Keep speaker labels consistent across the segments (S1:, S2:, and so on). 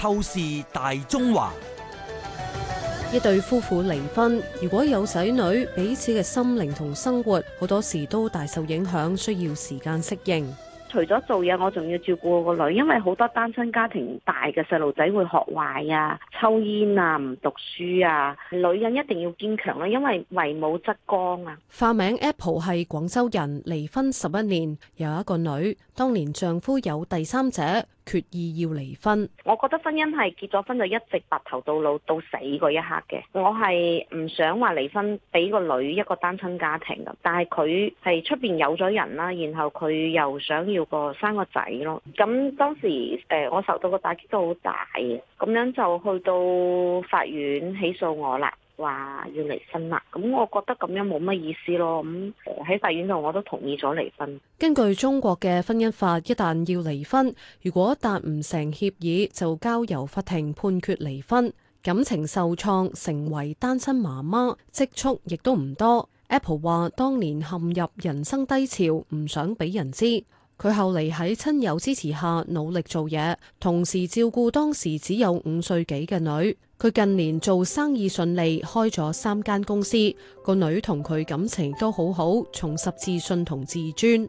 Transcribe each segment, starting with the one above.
S1: 透視大中華。
S2: 一對夫婦離婚，如果有仔女，彼此嘅心靈同生活好多時都大受影響，需要時間適應。
S3: 除咗做嘢，我仲要照顧我個女，因為好多單親家庭大嘅細路仔會學壞啊、抽煙啊、唔讀書啊。女人一定要堅強啦，因為為母則剛啊。
S2: 化名 Apple 係廣州人，離婚11年，有一個女。當年丈夫有第三者，決意要離婚。
S3: 我覺得婚姻係結咗婚就一直白頭到老到死嗰一刻嘅。我係唔想話離婚俾個女一個單親家庭嘅，但係佢係出邊有咗人啦，然後佢又想要生個仔咯。咁當時我受到個打擊都好大嘅，咁樣就去到法院起訴我啦，話要離婚啦。咁我覺得咁樣冇乜意思咯。咁喺法院度我都同意咗離婚。
S2: 根據中國嘅婚姻法，一旦要離婚，如果達唔成協議，就交由法庭判決離婚。感情受創，成為單親媽媽，積蓄亦都唔多。Apple 話當年陷入人生低潮，唔想俾人知。佢後嚟喺親友支持下努力做嘢，同時照顧當時只有5歲幾嘅女。佢近年做生意順利，開咗3間公司，個女同佢感情都好好，重拾自信同自尊。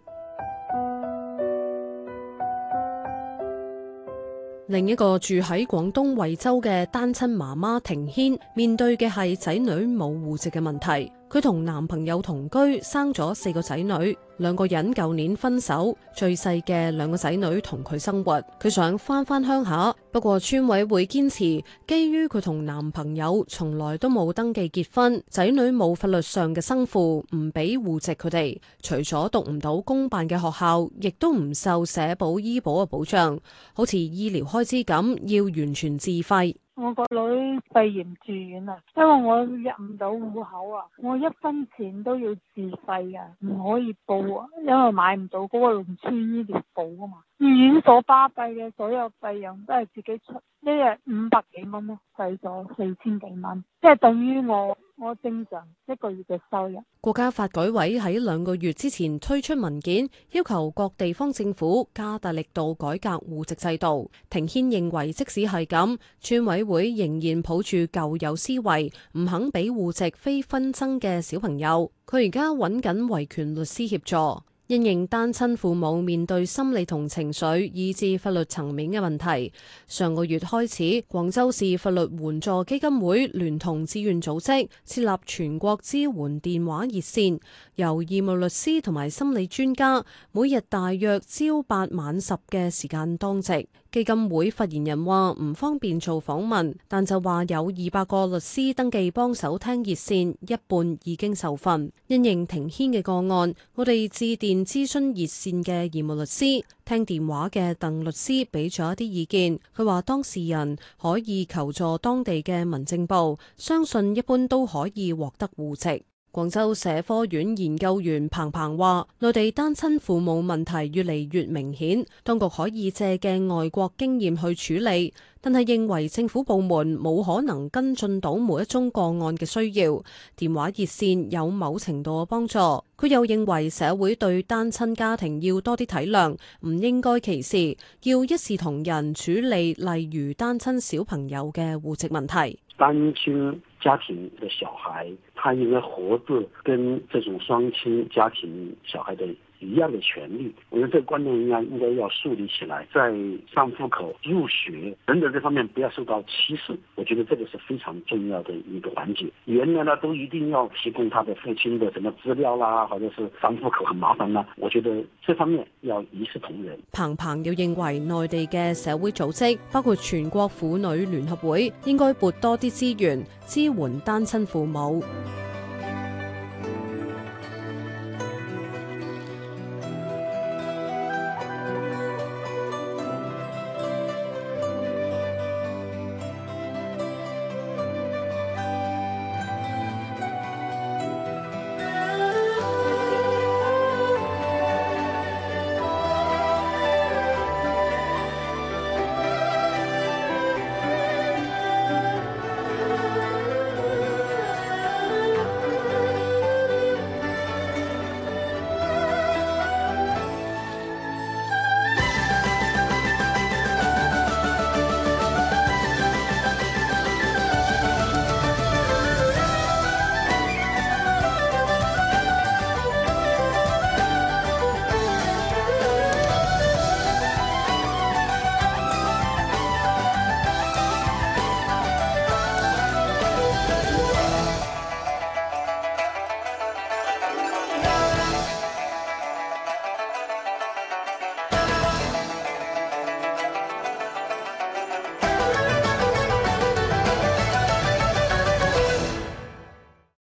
S2: 另一個住喺廣東惠州嘅單親媽媽庭軒，面對嘅係仔女冇戶籍嘅問題。佢同男朋友同居，生咗4個仔女，2個人舊年分手，最細嘅2個仔女同佢生活。佢想翻鄉下，不過村委會堅持，基於佢同男朋友從來都冇登記結婚，仔女冇法律上嘅生父，唔俾戶籍佢哋。除咗讀唔到公辦嘅學校，亦都唔受社保醫保嘅保障，好似醫療開支咁，要完全自費。
S4: 我個女肺炎住院啊，因為我入唔到戶口啊，我1分錢都要自費啊，唔可以報啊，因為買唔到嗰個農村醫療保啊嘛。住院所巴閉嘅所有費用都係自己出，一日500幾蚊咯，使咗4000幾蚊，即係等於我正常1個月嘅收入。
S2: 國家發改委喺2個月之前推出文件，要求各地方政府加大力度改革戶籍制度。庭軒認為，即使係咁，村委會仍然抱住舊有思維，唔肯俾戶籍非紛爭嘅小朋友。佢而家揾緊維權律師協助。因應單親父母面對心理同情緒以至法律層面嘅問題，上個月開始，廣州市法律援助基金會聯同志願組織設立全國支援電話熱線，由義務律師同埋心理專家每日大約朝8晚10嘅時間當值。基金會發言人話唔方便做訪問，但就話有200個律師登記幫手聽熱線，一半已經受訓。因應庭軒嘅個案，我哋致電諮詢熱線嘅義務律師，聽電話嘅鄧律師俾咗一啲意見。佢話當事人可以求助當地嘅民政部，相信一般都可以獲得戶籍。廣州社科院研究員彭彭話，內地單親父母問題越嚟越明顯，當局可以借鏡外國經驗去處理，但係認為政府部門冇可能跟進到每一宗個案嘅需要。電話熱線有某程度嘅幫助。佢又認為社會對單親家庭要多啲體諒，唔應該歧視，要一視同仁處理，例如單親小朋友嘅戶籍問題。
S5: 單親家庭的小孩，他應該活着跟這種雙親家庭小孩的一樣的權利。我覺得這個觀念應該要樹立起來，在上戶口、入學等等這方面不要受到歧視。我覺得這個是非常重要的一個環節。原來呢都一定要提供他的父親的什麼資料啦，或者是上戶口很麻煩啦。我覺得這方面要一視同仁。
S2: 彭彭又認為內地嘅社會組織，包括全國婦女聯合會，應該撥多啲資源支援單親父母。